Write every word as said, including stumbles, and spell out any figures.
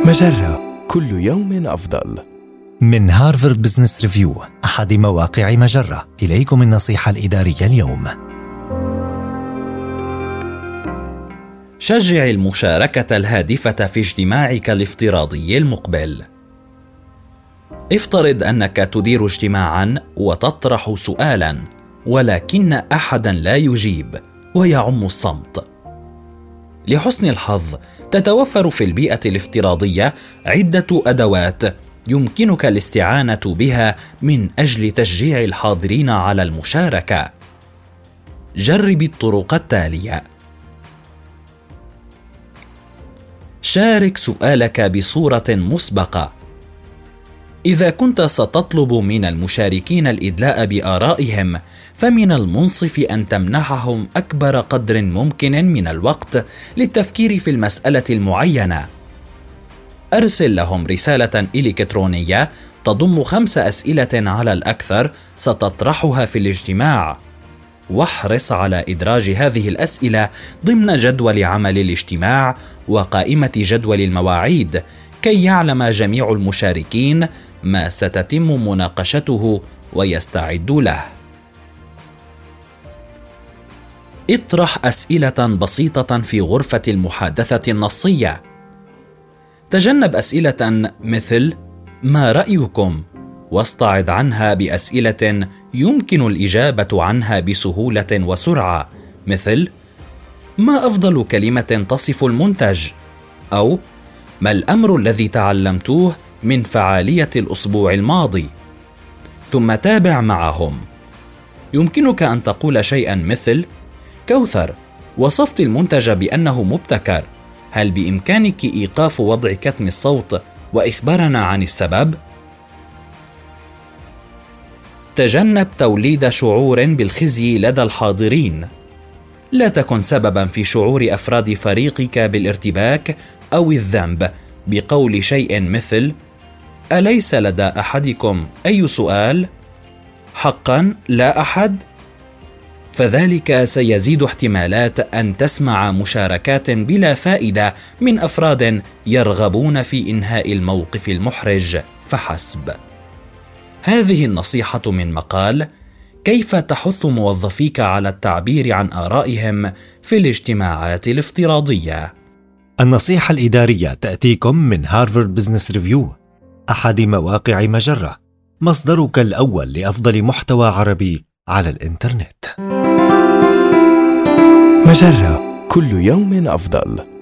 مجرة، كل يوم أفضل. من هارفارد بزنس ريفيو، أحد مواقع مجرة، إليكم النصيحة الإدارية اليوم. شجع المشاركة الهادفة في اجتماعك الافتراضي المقبل. افترض أنك تدير اجتماعاً وتطرح سؤالاً، ولكن أحداً لا يجيب ويعم الصمت. لحسن الحظ تتوفر في البيئة الافتراضية عدة أدوات يمكنك الاستعانة بها من أجل تشجيع الحاضرين على المشاركة. جرب الطرق التالية: شارك سؤالك بصورة مسبقة. إذا كنت ستطلب من المشاركين الإدلاء بآرائهم، فمن المنصف أن تمنحهم أكبر قدر ممكن من الوقت للتفكير في المسألة المعينة. أرسل لهم رسالة إلكترونية تضم خمس أسئلة على الأكثر ستطرحها في الاجتماع، واحرص على إدراج هذه الأسئلة ضمن جدول عمل الاجتماع وقائمة جدول المواعيد، كي يعلم جميع المشاركين ما ستتم مناقشته ويستعدوا له. اطرح أسئلة بسيطة في غرفة المحادثة النصية. تجنب أسئلة مثل "ما رأيكم؟" واستعض عنها بأسئلة يمكن الإجابة عنها بسهولة وسرعة، مثل "ما أفضل كلمة تصف المنتج؟" أو "ما الأمر الذي تعلمتوه من فعالية الأسبوع الماضي؟" ثم تابع معهم. يمكنك أن تقول شيئا مثل "كوثر، وصفت المنتج بأنه مبتكر، هل بإمكانك إيقاف وضع كتم الصوت وإخبارنا عن السبب؟" تجنب توليد شعور بالخزي لدى الحاضرين. لا تكن سببا في شعور أفراد فريقك بالارتباك أو الذنب بقول شيء مثل "أليس لدى أحدكم أي سؤال؟ حقا لا أحد؟" فذلك سيزيد احتمالات أن تسمع مشاركات بلا فائدة من أفراد يرغبون في إنهاء الموقف المحرج فحسب. هذه النصيحة من مقال "كيف تحث موظفيك على التعبير عن آرائهم في الاجتماعات الافتراضية". النصيحة الإدارية تأتيكم من هارفارد بزنس ريفيو، أحد مواقع مجرة، مصدرك الأول لأفضل محتوى عربي على الإنترنت. مجرة، كل يوم أفضل.